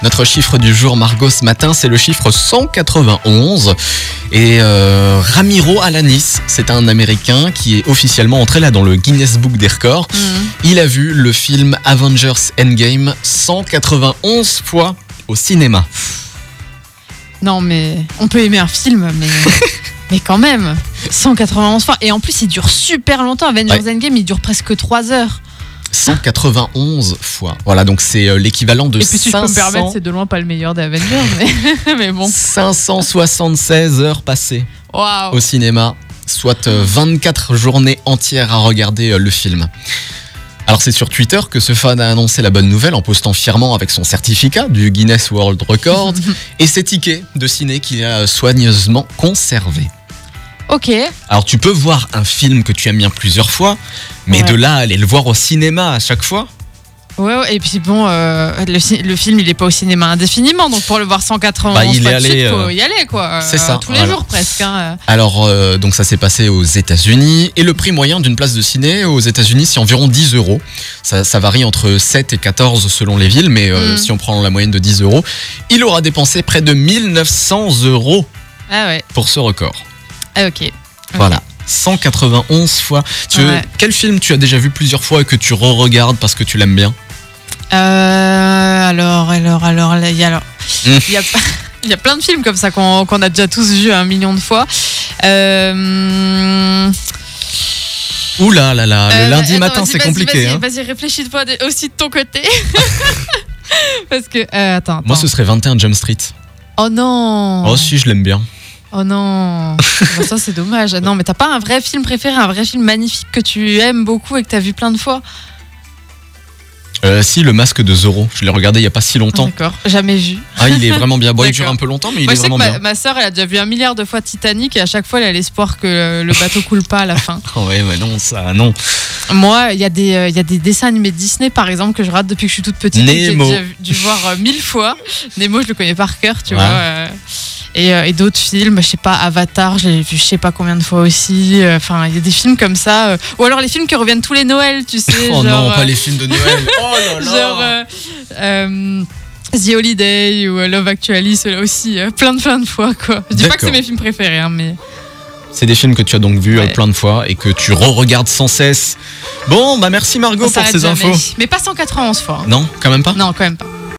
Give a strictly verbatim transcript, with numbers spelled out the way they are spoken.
Notre chiffre du jour, Margot, ce matin, c'est le chiffre cent quatre-vingt-onze. Et euh, Ramiro Alanis, c'est un Américain qui est officiellement entré là dans le Guinness Book des records. Mmh. Il a vu le film Avengers Endgame cent quatre-vingt-onze fois au cinéma. Non, mais on peut aimer un film, mais... mais quand même, cent quatre-vingt-onze fois. Et en plus, il dure super longtemps. Avengers ouais. Endgame, il dure presque trois heures. cent quatre-vingt-onze fois. Voilà, donc c'est l'équivalent de Et puis si cinq cents... je peux me permettre, c'est de loin pas le meilleur des Avengers, mais, mais bon. cinq cent soixante-seize heures passées wow. au cinéma, soit vingt-quatre journées entières à regarder le film. Alors c'est sur Twitter que ce fan a annoncé la bonne nouvelle en postant fièrement avec son certificat du Guinness World Records et ses tickets de ciné qu'il a soigneusement conservés. Ok. Alors tu peux voir un film que tu aimes bien plusieurs fois, mais ouais. de là à aller le voir au cinéma à chaque fois. Ouais, ouais, et puis bon, euh, le, le film il est pas au cinéma indéfiniment, donc pour le voir cent quatre-vingt-onze bah, il fois est allé, de suite, euh, faut y aller quoi. C'est ça. Euh, tous les voilà. jours presque. Hein. Alors euh, donc ça s'est passé aux États-Unis et le prix moyen d'une place de ciné aux États-Unis c'est environ dix euros. Ça, ça varie entre sept et quatorze selon les villes, mais euh, mm. si on prend la moyenne de dix euros, il aura dépensé près de mille neuf cents euros ah ouais. pour ce record. Ah ok. Voilà. cent quatre-vingt-onze fois. Tu ouais. veux, quel film tu as déjà vu plusieurs fois et que tu re-regardes parce que tu l'aimes bien? Euh, alors, alors, alors, il y a, alors, mmh. il y a, il y a plein de films comme ça qu'on, qu'on a déjà tous vus un million de fois. Euh... Ouh là là là, le euh, lundi attends, matin vas-y, c'est vas-y, compliqué. Vas-y, hein. vas-y, réfléchis-toi aussi de ton côté. Parce que, euh, attends, attends. Moi ce serait vingt et un Jump Street. Oh non. Oh si, je l'aime bien. Oh non, bon, ça c'est dommage. Non, mais t'as pas un vrai film préféré, un vrai film magnifique que tu aimes beaucoup et que t'as vu plein de fois? Euh, si, Le Masque de Zorro, je l'ai regardé il n'y a pas si longtemps. D'accord, jamais vu. Ah, il est vraiment bien. Bon, il dure un peu longtemps, mais il Moi, est je sais vraiment que bien. Ma, ma soeur, elle a déjà vu un milliard de fois Titanic et à chaque fois, elle a l'espoir que le bateau coule pas à la fin. Oh ouais, mais non, ça, non. Moi, il y, euh, y a des dessins animés Disney, par exemple, que je rate depuis que je suis toute petite. Nemo. Et que j'ai déjà dû voir euh, mille fois. Nemo, je le connais par cœur, tu ouais. vois. Euh, et, euh, et d'autres films, je sais pas, Avatar, je l'ai vu je sais pas combien de fois aussi. Enfin, euh, il y a des films comme ça. Euh, ou alors les films qui reviennent tous les Noëls, tu sais. Oh genre, non, euh, pas les films de Noël. Oh là là. Genre euh, euh, The Holiday ou Love Actually, ceux-là aussi, euh, plein de plein de fois quoi. Je dis D'accord. pas que c'est mes films préférés, hein, mais... C'est des films que tu as donc vus ouais. plein de fois et que tu re-regardes sans cesse. Bon, bah merci Margot pour ces jamais. infos. Mais pas cent quatre-vingt-onze fois. Hein. Non, quand même pas. Non, quand même pas.